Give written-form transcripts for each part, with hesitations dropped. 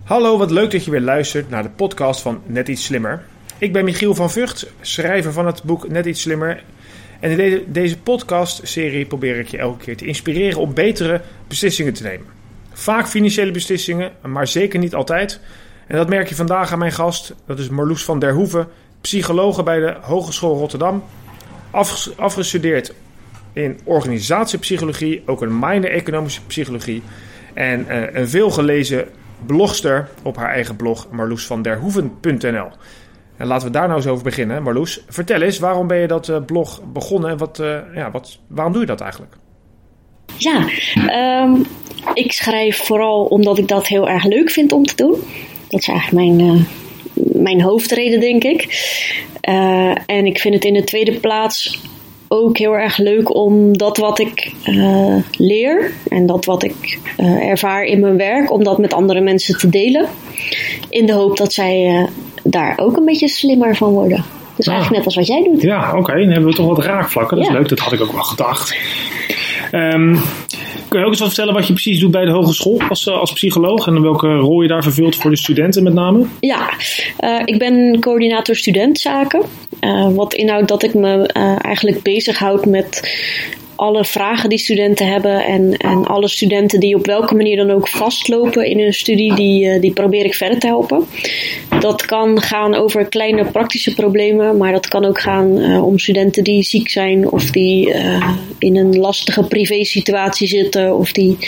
Hallo, wat leuk dat je weer luistert naar de podcast van Net Iets Slimmer. Ik ben Michiel van Vught, schrijver van het boek Net Iets Slimmer. En in deze podcastserie probeer ik je elke keer te inspireren om betere beslissingen te nemen. Vaak financiële beslissingen, maar zeker niet altijd. En dat merk je vandaag aan mijn gast. Dat is Marloes van der Hoeven, psychologe bij de Hogeschool Rotterdam. Afgestudeerd in organisatiepsychologie, ook een minor economische psychologie. En een veelgelezen blogster op haar eigen blog marloesvanderhoeven.nl. En laten we daar nou eens over beginnen. Marloes, vertel eens, waarom ben je dat blog begonnen en waarom doe je dat eigenlijk? Ja, ik schrijf vooral omdat ik dat heel erg leuk vind om te doen. Dat is eigenlijk mijn hoofdreden, denk ik. En ik vind het in de tweede plaats ook heel erg leuk om dat wat ik leer en dat wat ik ervaar in mijn werk, om dat met andere mensen te delen. In de hoop dat zij daar ook een beetje slimmer van worden. Dus eigenlijk net als wat jij doet. Ja, oké. Dan hebben we toch wat raakvlakken. Dat is leuk, dat had ik ook wel gedacht. Kun je ook eens wat vertellen wat je precies doet bij de hogeschool als psycholoog en welke rol je daar vervult voor de studenten met name? Ja, ik ben coördinator studentzaken. Wat inhoudt dat ik me eigenlijk bezighoud met alle vragen die studenten hebben en alle studenten die op welke manier dan ook vastlopen in hun studie, die probeer ik verder te helpen. Dat kan gaan over kleine praktische problemen, maar dat kan ook gaan om studenten die ziek zijn of die in een lastige privésituatie zitten of die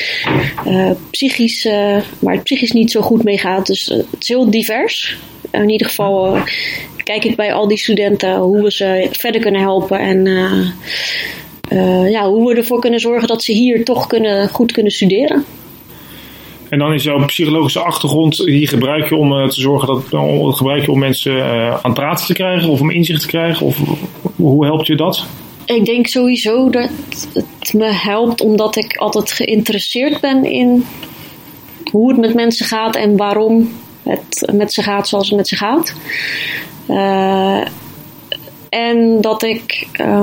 waar het psychisch niet zo goed mee gaat. Dus het is heel divers. In ieder geval kijk ik bij al die studenten hoe we ze verder kunnen helpen en hoe we ervoor kunnen zorgen dat ze hier toch goed kunnen studeren. En dan is jouw psychologische achtergrond, die gebruik je om te zorgen om mensen aan het praten te krijgen of om inzicht te krijgen? Of hoe helpt je dat? Ik denk sowieso dat het me helpt omdat ik altijd geïnteresseerd ben in hoe het met mensen gaat en waarom het met ze gaat zoals het met ze gaat. En dat ik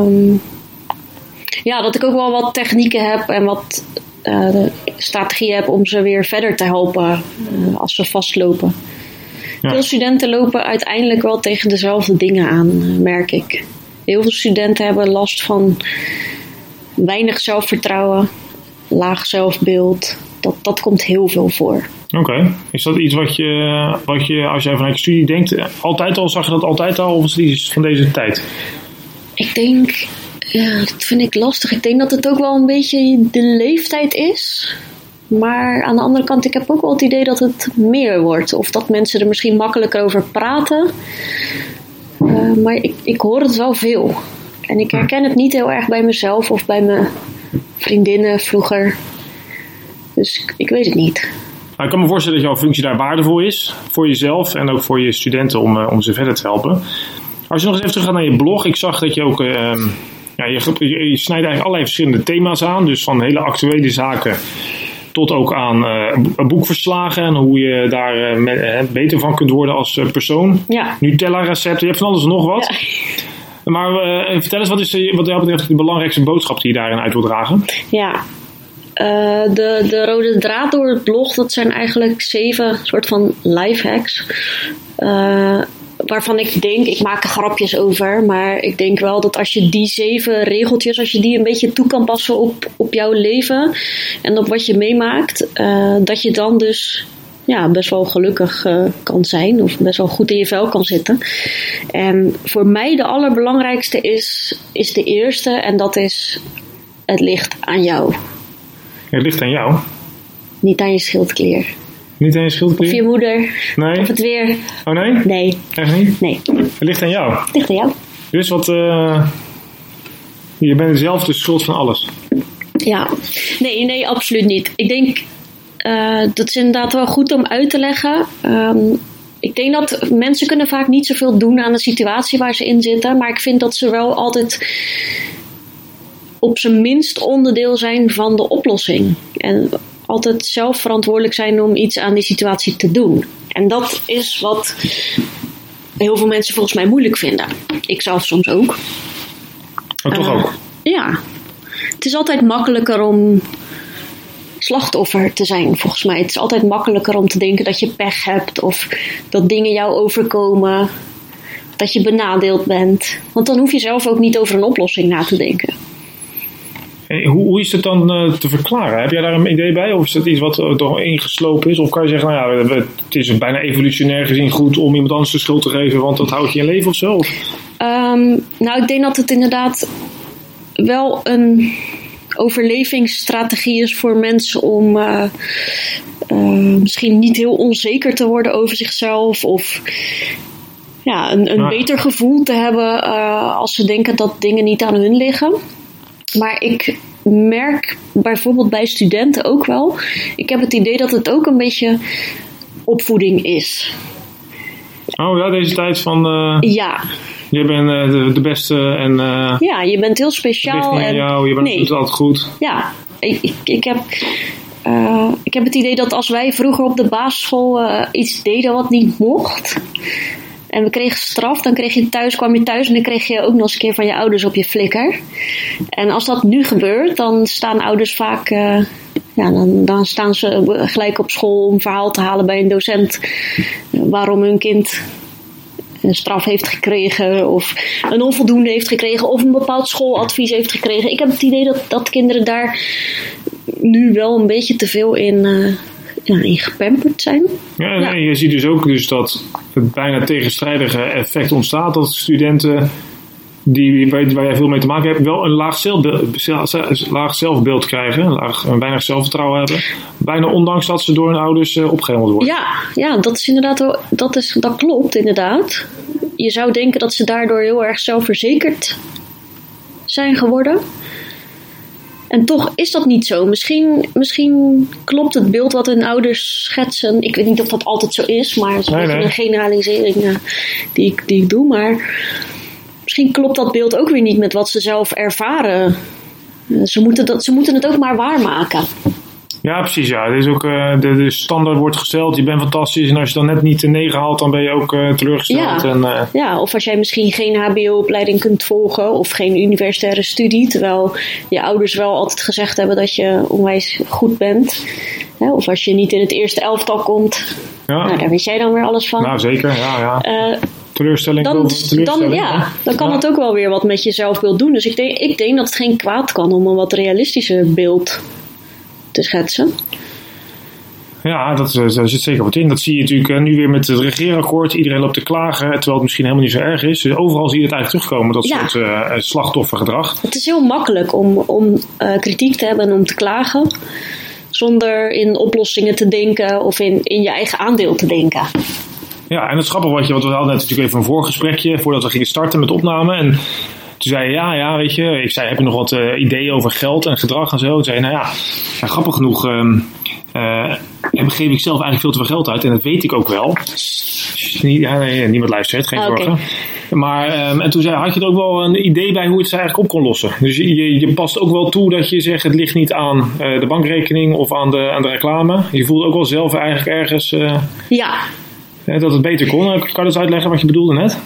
ook wel wat technieken heb en wat strategieën heb om ze weer verder te helpen als ze vastlopen. Ja. Veel studenten lopen uiteindelijk wel tegen dezelfde dingen aan, merk ik. Heel veel studenten hebben last van weinig zelfvertrouwen, laag zelfbeeld. Dat komt heel veel voor. Oké. Is dat iets wat je als jij vanuit je studie denkt, altijd al, zag je dat altijd al, of is het iets van deze tijd? Ik denk, dat vind ik lastig. Ik denk dat het ook wel een beetje de leeftijd is. Maar aan de andere kant, ik heb ook wel het idee dat het meer wordt. Of dat mensen er misschien makkelijker over praten. Maar ik hoor het wel veel. En ik herken het niet heel erg bij mezelf of bij mijn vriendinnen vroeger. Dus ik weet het niet. Nou, ik kan me voorstellen dat jouw functie daar waardevol is. Voor jezelf en ook voor je studenten om ze verder te helpen. Als je nog eens even terug gaat naar je blog. Ik zag dat je ook je snijdt eigenlijk allerlei verschillende thema's aan. Dus van hele actuele zaken tot ook aan boekverslagen en hoe je daar beter van kunt worden als persoon. Ja. Nutella-recepten, je hebt van alles en nog wat. Ja. Maar vertel eens, wat is wat jou betreft de belangrijkste boodschap die je daarin uit wil dragen? Ja, de rode draad door het blog, dat zijn eigenlijk 7 soort van lifehacks. Waarvan ik denk, ik maak er grapjes over, maar ik denk wel dat als je die 7 regeltjes, als je die een beetje toe kan passen op jouw leven en op wat je meemaakt, dat je dan dus best wel gelukkig kan zijn of best wel goed in je vel kan zitten. En voor mij de allerbelangrijkste is de eerste en dat is: het ligt aan jou. Het ligt aan jou? Niet aan je schildklier. Niet aan je schildklier? Of je moeder. Nee. Of het weer. Oh nee? Nee. Echt niet? Nee. Het ligt aan jou? Het ligt aan jou. Dus je bent zelf de schuld van alles? Ja. Nee, absoluut niet. Ik denk, dat is inderdaad wel goed om uit te leggen. Ik denk dat mensen kunnen vaak niet zoveel doen aan de situatie waar ze in zitten. Maar ik vind dat ze wel altijd op zijn minst onderdeel zijn van de oplossing. En altijd zelf verantwoordelijk zijn om iets aan die situatie te doen. En dat is wat heel veel mensen volgens mij moeilijk vinden. Ik zelf soms ook. Oh, toch ook? Ja. Het is altijd makkelijker om slachtoffer te zijn, volgens mij. Het is altijd makkelijker om te denken dat je pech hebt of dat dingen jou overkomen, dat je benadeeld bent. Want dan hoef je zelf ook niet over een oplossing na te denken. En hoe is het dan te verklaren? Heb jij daar een idee bij? Of is dat iets wat toch ingeslopen is? Of kan je zeggen, nou ja, het is bijna evolutionair gezien goed om iemand anders de schuld te geven, want dat houdt je in leven of zo? Nou, ik denk dat het inderdaad wel een overlevingsstrategie is voor mensen om misschien niet heel onzeker te worden over zichzelf of een beter gevoel te hebben als ze denken dat dingen niet aan hun liggen. Maar ik merk bijvoorbeeld bij studenten ook wel, ik heb het idee dat het ook een beetje opvoeding is. Oh ja, deze tijd van... Ja. Je bent de beste en... ja, je bent heel speciaal. En jou, je doet het altijd goed. Ja, ik heb het idee dat als wij vroeger op de basisschool iets deden wat niet mocht, en we kregen straf, dan kwam je thuis en dan kreeg je ook nog eens een keer van je ouders op je flikker. En als dat nu gebeurt, dan staan ouders vaak... dan staan ze gelijk op school om een verhaal te halen bij een docent waarom hun kind een straf heeft gekregen of een onvoldoende heeft gekregen of een bepaald schooladvies heeft gekregen. Ik heb het idee dat kinderen daar nu wel een beetje te veel in gepamperd zijn. Ja, nee, je ziet dus ook dat het bijna tegenstrijdige effect ontstaat dat studenten waar jij veel mee te maken hebt, wel een laag zelfbeeld krijgen, een weinig zelfvertrouwen hebben. Bijna ondanks dat ze door hun ouders opgehemeld worden. Ja, dat is inderdaad, dat klopt inderdaad. Je zou denken dat ze daardoor heel erg zelfverzekerd zijn geworden. En toch is dat niet zo. Misschien klopt het beeld wat hun ouders schetsen. Ik weet niet of dat altijd zo is, maar het is een generalisering die ik doe. Maar misschien klopt dat beeld ook weer niet met wat ze zelf ervaren. Ze moeten het ook maar waarmaken. Ja, precies. Ja. Het is ook, de standaard wordt gesteld. Je bent fantastisch. En als je dan net niet de 9 haalt, dan ben je ook teleurgesteld. Ja, of als jij misschien geen hbo-opleiding kunt volgen of geen universitaire studie, terwijl je ouders wel altijd gezegd hebben dat je onwijs goed bent. Of als je niet in het eerste elftal komt. Ja. Nou, daar weet jij dan weer alles van. Nou, zeker. Ja. Teleurstelling. Dan kan het ook wel weer wat met je zelfbeeld doen. Dus ik denk dat het geen kwaad kan om een wat realistischer beeld te schetsen. Ja, daar zit zeker wat in. Dat zie je natuurlijk nu weer met het regeerakkoord. Iedereen loopt te klagen, terwijl het misschien helemaal niet zo erg is. Dus overal zie je het eigenlijk terugkomen, dat soort slachtoffergedrag. Het is heel makkelijk om kritiek te hebben en om te klagen, zonder in oplossingen te denken of in je eigen aandeel te denken. Ja, en het grappige wat we hadden net natuurlijk even een voorgesprekje voordat we gingen starten met opname. En toen zei je, weet je, ik zei, heb je nog wat ideeën over geld en gedrag en zo? Toen zei je, grappig genoeg geef ik zelf eigenlijk veel te veel geld uit. En dat weet ik ook wel. Niemand luistert, geen zorgen. Okay. Maar, en toen had je er ook wel een idee bij hoe het ze eigenlijk op kon lossen. Dus je past ook wel toe dat je zegt, het ligt niet aan de bankrekening of aan de reclame. Je voelt ook wel zelf eigenlijk ergens dat het beter kon. Kan je dat uitleggen wat je bedoelde net?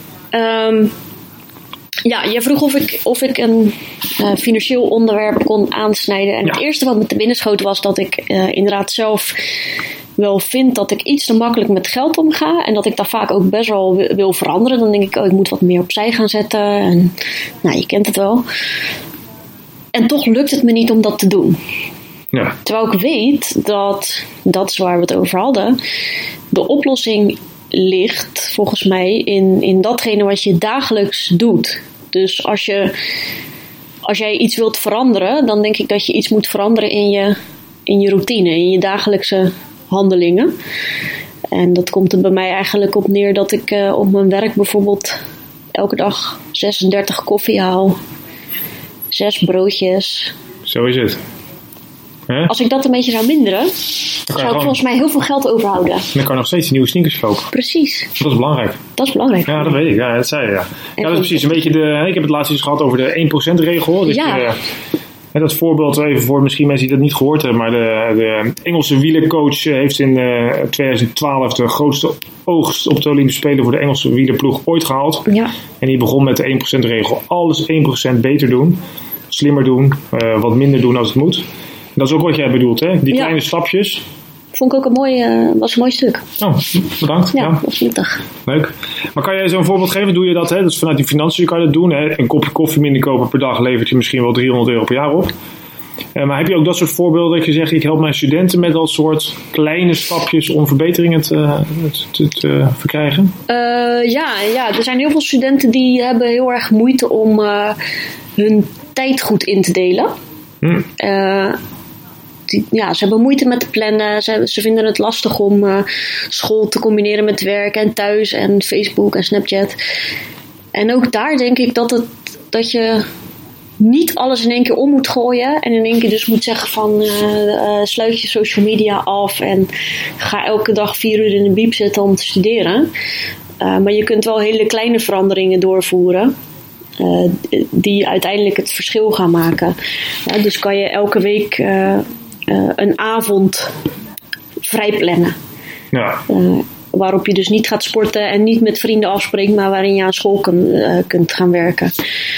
Ja, je vroeg of ik een financieel onderwerp kon aansnijden. En het eerste wat me te binnen schoot was dat ik inderdaad zelf wel vind dat ik iets te makkelijk met geld omga. En dat ik daar vaak ook best wel wil veranderen. Dan denk ik, ik moet wat meer opzij gaan zetten. En je kent het wel. En toch lukt het me niet om dat te doen. Ja. Terwijl ik weet dat is waar we het over hadden, de oplossing ligt volgens mij in datgene wat je dagelijks doet. Dus als jij iets wilt veranderen, dan denk ik dat je iets moet veranderen in je routine, in je dagelijkse handelingen. En dat komt er bij mij eigenlijk op neer dat ik op mijn werk bijvoorbeeld elke dag 36 koffie haal, 6 broodjes. Zo is het. Als ik dat een beetje zou minderen, zou ik volgens mij heel veel geld overhouden. Dan kan je nog steeds nieuwe sneakers kopen. Precies. Dat is belangrijk. Ja, dat weet ik. Ja, dat zei je. Ja, dat is precies een beetje ik heb het laatst eens gehad over de 1% regel. Dus dat voorbeeld even voor misschien mensen die dat niet gehoord hebben. Maar de Engelse wielercoach heeft in 2012 de grootste oogst op de Olympische Spelen voor de Engelse wielerploeg ooit gehaald. Ja. En die begon met de 1% regel. Alles 1% beter doen. Slimmer doen. Wat minder doen als het moet. Dat is ook wat jij bedoelt, hè? Die kleine stapjes. Vond ik ook was een mooi stuk. Oh, bedankt. Ja, was nuttig. Leuk. Maar kan jij zo'n voorbeeld geven? Doe je dat, hè? Dus vanuit die financiën kan je dat doen. Hè? Een kopje koffie minder kopen per dag levert je misschien wel €300 per jaar op. Maar heb je ook dat soort voorbeelden dat je zegt, ik help mijn studenten met dat soort kleine stapjes om verbeteringen te verkrijgen? Ja, er zijn heel veel studenten die hebben heel erg moeite om hun tijd goed in te delen. Ze hebben moeite met plannen. Ze vinden het lastig om school te combineren met werk en thuis en Facebook en Snapchat. En ook daar denk ik dat je niet alles in één keer om moet gooien. En in één keer dus moet zeggen van sluit je social media af en ga elke dag 4 uur in de bieb zitten om te studeren. Maar je kunt wel hele kleine veranderingen doorvoeren. Die uiteindelijk het verschil gaan maken. Dus kan je elke week een avond vrij plannen. Ja. Waarop je dus niet gaat sporten en niet met vrienden afspreekt, maar waarin je aan school kunt gaan werken.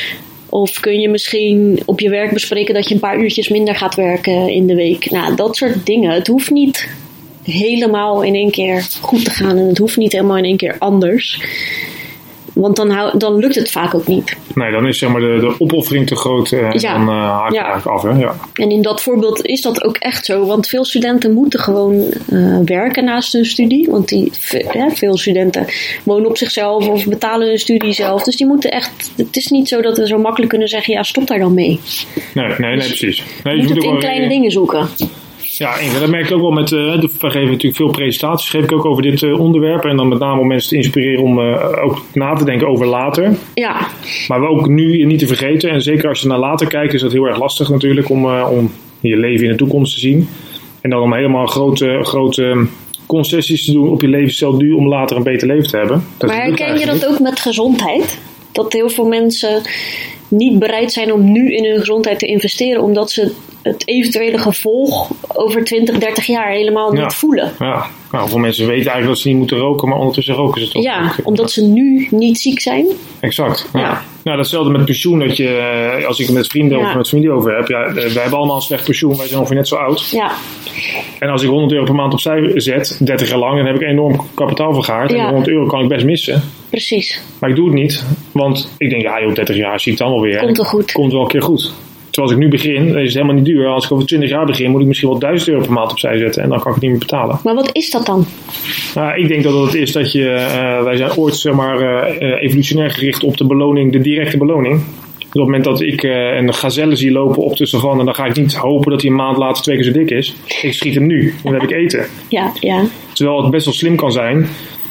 Of kun je misschien op je werk bespreken dat je een paar uurtjes minder gaat werken in de week. Nou, dat soort dingen. Het hoeft niet helemaal in één keer goed te gaan en het hoeft niet helemaal in één keer anders. Want dan lukt het vaak ook niet. Nee, dan is zeg maar de opoffering te groot en dan haak je eigenlijk af. Hè? Ja. En in dat voorbeeld is dat ook echt zo. Want veel studenten moeten gewoon werken naast hun studie. Want veel studenten wonen op zichzelf of betalen hun studie zelf. Dus die moeten echt... Het is niet zo dat we zo makkelijk kunnen zeggen, ja, stop daar dan mee. Nee, precies. Nee, je moet het in kleine dingen zoeken. Ja, dat merk ik ook wel met... we geven natuurlijk veel presentaties, geef ik ook over dit onderwerp. En dan met name om mensen te inspireren om ook na te denken over later. Ja. Maar we ook nu niet te vergeten. En zeker als je naar later kijkt, is dat heel erg lastig natuurlijk om je leven in de toekomst te zien. En dan om helemaal grote concessies te doen op je levensstijl nu om later een beter leven te hebben. Maar herken je dat ook met gezondheid? Dat heel veel mensen niet bereid zijn om nu in hun gezondheid te investeren, omdat ze het eventuele gevolg over 20, 30 jaar helemaal niet voelen. Ja, nou, veel mensen weten eigenlijk dat ze niet moeten roken, maar ondertussen roken ze toch. Ja, omdat ze nu niet ziek zijn. Exact. Ja. Nou, datzelfde met pensioen, dat je, als ik het met vrienden of met familie over heb, wij hebben allemaal een slecht pensioen, wij zijn ongeveer net zo oud. Ja. En als ik €100 per maand opzij zet, 30 jaar lang, dan heb ik enorm kapitaal vergaard. En €100 kan ik best missen. Precies. Maar ik doe het niet, want ik denk, 30 jaar zie ik het dan wel weer. Komt wel goed. Komt wel een keer goed. Terwijl als ik nu begin, dan is het helemaal niet duur. Als ik over 20 jaar begin, moet ik misschien wel €1000 per maand opzij zetten. En dan kan ik het niet meer betalen. Maar wat is dat dan? Ik denk dat het is dat wij zijn ooit evolutionair gericht op de directe beloning. Dus op het moment dat ik een gazelle zie lopen op de savanne, dan ga ik niet hopen dat hij een maand later 2 keer zo dik is. Ik schiet hem nu, dan heb ik eten. Ja. Terwijl het best wel slim kan zijn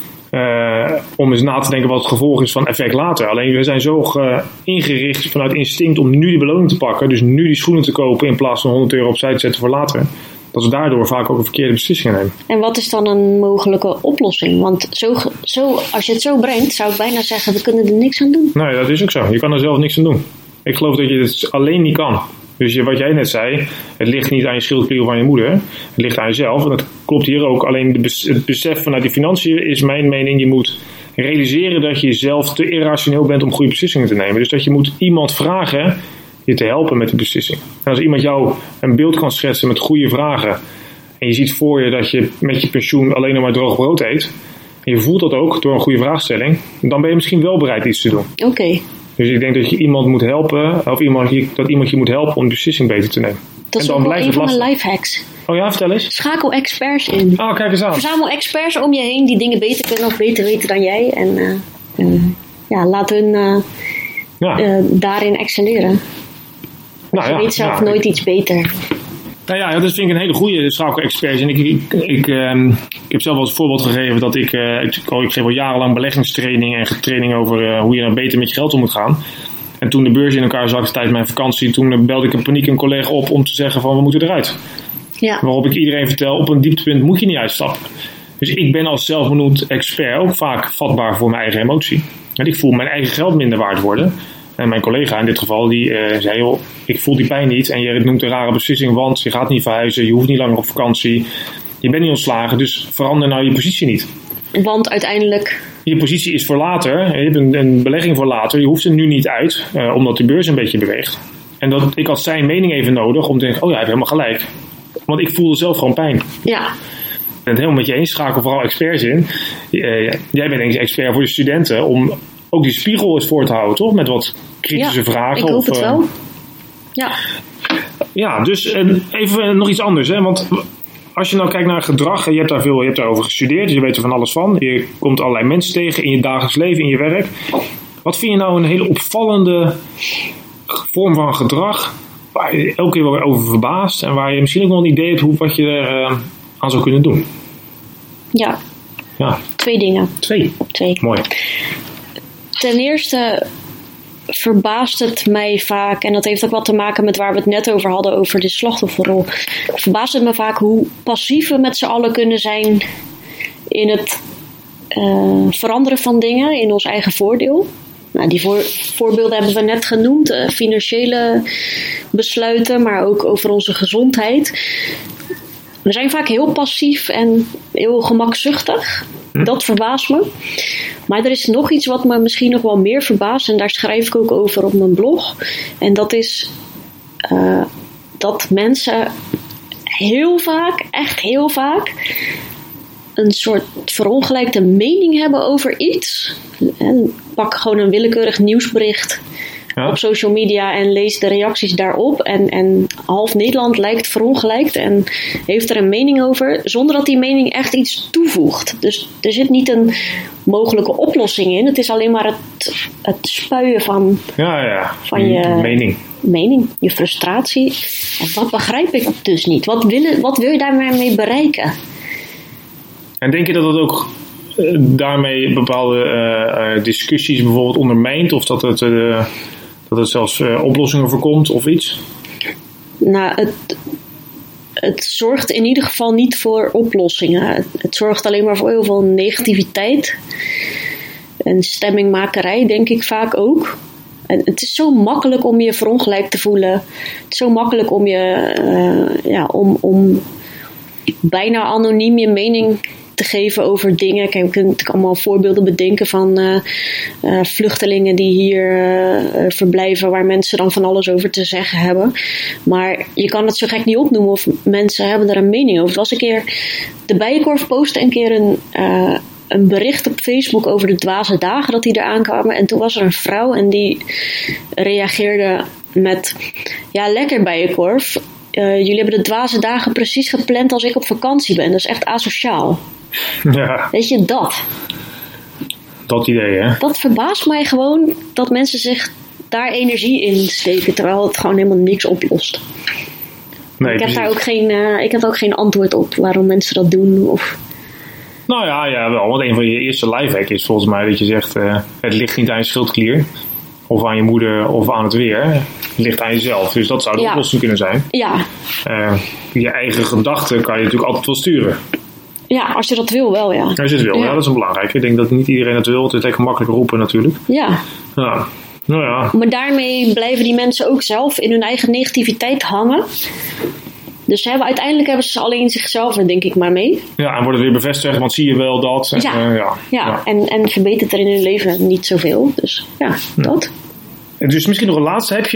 om eens na te denken wat het gevolg is van effect later. Alleen we zijn zo ingericht vanuit instinct om nu die beloning te pakken. Dus nu die schoenen te kopen in plaats van €100 opzij te zetten voor later. Dat we daardoor vaak ook een verkeerde beslissingen nemen. En wat is dan een mogelijke oplossing? Want als je het zo brengt, zou ik bijna zeggen, we kunnen er niks aan doen. Nee, dat is ook zo. Je kan er zelf niks aan doen. Ik geloof dat je het alleen niet kan. Dus wat jij net zei, het ligt niet aan je schildklier of aan je moeder. Het ligt aan jezelf. En dat klopt hier ook. Alleen het besef vanuit die financiën is mijn mening. Je moet realiseren dat je zelf te irrationeel bent om goede beslissingen te nemen. Dus dat je moet iemand vragen je te helpen met die beslissing. En als iemand jou een beeld kan schetsen met goede vragen. En je ziet voor je dat je met je pensioen alleen nog maar droog brood eet. En je voelt dat ook door een goede vraagstelling. Dan ben je misschien wel bereid iets te doen. Oké. Dus ik denk dat je iemand moet helpen, of dat iemand je moet helpen om de beslissing beter te nemen. Dat is ook wel een van de lifehacks. Oh ja, vertel eens. Schakel experts in. Oh, kijk eens aan. Verzamel experts om je heen die dingen beter kunnen of beter weten dan jij. En laat hun daarin excelleren. Je weet zelf nooit iets beter. Nou ja, dat vind ik een hele goede schakel-experts. En ik heb zelf wel als voorbeeld gegeven dat ik geef al jarenlang beleggingstraining en training over hoe je nou beter met je geld om moet gaan. En toen de beurs in elkaar zakte tijdens mijn vakantie, toen belde ik in paniek een collega op om te zeggen van we moeten eruit. Ja. Waarop ik iedereen vertel, op een dieptepunt moet je niet uitstappen. Dus ik ben als zelfbenoemd expert ook vaak vatbaar voor mijn eigen emotie. En ik voel mijn eigen geld minder waard worden. En mijn collega in dit geval, die zei, joh, ik voel die pijn niet. En je noemt een rare beslissing, want je gaat niet verhuizen, je hoeft niet langer op vakantie. Je bent niet ontslagen, dus verander nou je positie niet. Want uiteindelijk... Je positie is voor later. Je hebt een belegging voor later. Je hoeft er nu niet uit, omdat de beurs een beetje beweegt. En ik had zijn mening even nodig om te denken, hij heeft helemaal gelijk. Want ik voelde zelf gewoon pijn. Ja. Ik ben het helemaal met je eens, schakel vooral experts in. Jij bent denk ik expert voor de studenten om ook die spiegel eens voor te houden, toch? Met wat kritische vragen. Ik hoop het wel. Ja. Ja, dus even nog iets anders. Hè? Want als je nou kijkt naar gedrag, je hebt daarover gestudeerd, dus je weet er van alles van. Je komt allerlei mensen tegen in je dagelijks leven, in je werk. Wat vind je nou een hele opvallende vorm van gedrag, waar je elke keer wel over verbaast en waar je misschien ook wel een idee hebt wat je er aan zou kunnen doen? Ja. 2 dingen. 2? 2. Mooi. Ten eerste verbaast het mij vaak, en dat heeft ook wat te maken met waar we het net over hadden, over de slachtofferrol. Verbaast het me vaak hoe passief we met z'n allen kunnen zijn in het veranderen van dingen in ons eigen voordeel. Nou, die voorbeelden hebben we net genoemd. Financiële besluiten, maar ook over onze gezondheid. We zijn vaak heel passief en heel gemakzuchtig. Dat verbaast me. Maar er is nog iets wat me misschien nog wel meer verbaast. En daar schrijf ik ook over op mijn blog. En dat is dat mensen heel vaak, echt heel vaak, een soort verongelijkte mening hebben over iets. En pak gewoon een willekeurig nieuwsbericht op social media en lees de reacties daarop. En half Nederland lijkt verongelijkt en heeft er een mening over, zonder dat die mening echt iets toevoegt. Dus er zit niet een mogelijke oplossing in. Het is alleen maar het spuien van je mening, je frustratie. En dat begrijp ik dus niet. Wat wil je daarmee bereiken? En denk je dat het ook daarmee bepaalde discussies bijvoorbeeld ondermijnt, of dat het zelfs oplossingen voorkomt of iets? Nou, het zorgt in ieder geval niet voor oplossingen. Het zorgt alleen maar voor heel veel negativiteit. En stemmingmakerij, denk ik vaak ook. En het is zo makkelijk om je verongelijkt te voelen. Het is zo makkelijk om om bijna anoniem je mening te geven over dingen. Kijk, je kunt allemaal voorbeelden bedenken van vluchtelingen die hier verblijven, waar mensen dan van alles over te zeggen hebben. Maar je kan het zo gek niet opnoemen of mensen hebben er een mening over. Was een keer, de Bijenkorf postte een keer een bericht op Facebook over de dwaze dagen dat die eraan kwamen. En toen was er een vrouw en die reageerde met: ja, lekker Bijenkorf. Jullie hebben de dwaze dagen precies gepland als ik op vakantie ben. Dat is echt asociaal. Ja. Weet je, dat idee, hè? Dat verbaast mij gewoon dat mensen zich daar energie in steken, terwijl het gewoon helemaal niks oplost. Nee, ik heb ook geen antwoord op waarom mensen dat doen. Of... Nou ja, wel. Want een van je eerste lifehack is volgens mij dat je zegt: het ligt niet aan je schildklier, of aan je moeder, of aan het weer. Het ligt aan jezelf. Dus dat zou de oplossing kunnen zijn. Ja. Je eigen gedachten kan je natuurlijk altijd wel sturen. Ja, als je dat wil wel, ja. Als je het wil, ja, dat is een belangrijke. Ik denk dat niet iedereen het wil. Het is echt makkelijk roepen natuurlijk. Ja. Ja. Nou ja. Maar daarmee blijven die mensen ook zelf in hun eigen negativiteit hangen. Dus uiteindelijk hebben ze alleen zichzelf er denk ik maar mee. Ja, en worden weer bevestigd, want zie je wel dat. En verbetert er in hun leven niet zoveel. Dus dat. En dus misschien nog een laatste. Heb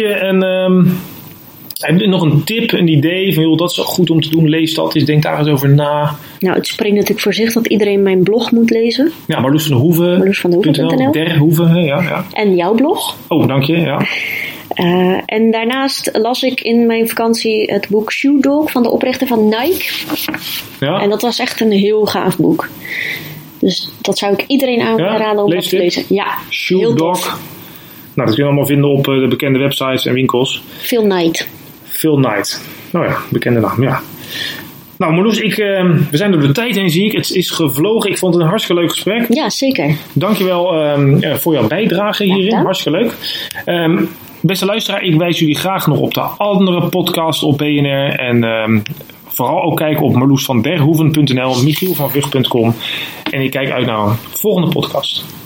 je nog een tip, een idee van joh, dat is goed om te doen, lees dat eens, denk daar eens over na. Nou, het spreekt natuurlijk voor zich dat iedereen mijn blog moet lezen. Ja, marloesvandehoeven.nl. Derhoeven, ja. En jouw blog. Oh, dank je, ja. En daarnaast las ik in mijn vakantie het boek Shoe Dog van de oprichter van Nike. Ja. En dat was echt een heel gaaf boek. Dus dat zou ik iedereen aanraden om dat te lezen. Ja, Shoe Dog. Nou, dat kun je allemaal vinden op de bekende websites en winkels. Phil Knight. Nou ja, bekende naam, ja. Nou Marloes, we zijn door de tijd heen, zie ik. Het is gevlogen. Ik vond het een hartstikke leuk gesprek. Ja, zeker. Dankjewel voor jouw bijdrage hierin. Ja, hartstikke leuk. Beste luisteraar, ik wijs jullie graag nog op de andere podcast op BNR. En vooral ook kijken op marloesvanderhoeven.nl, michielvanvugt.com. En ik kijk uit naar een volgende podcast.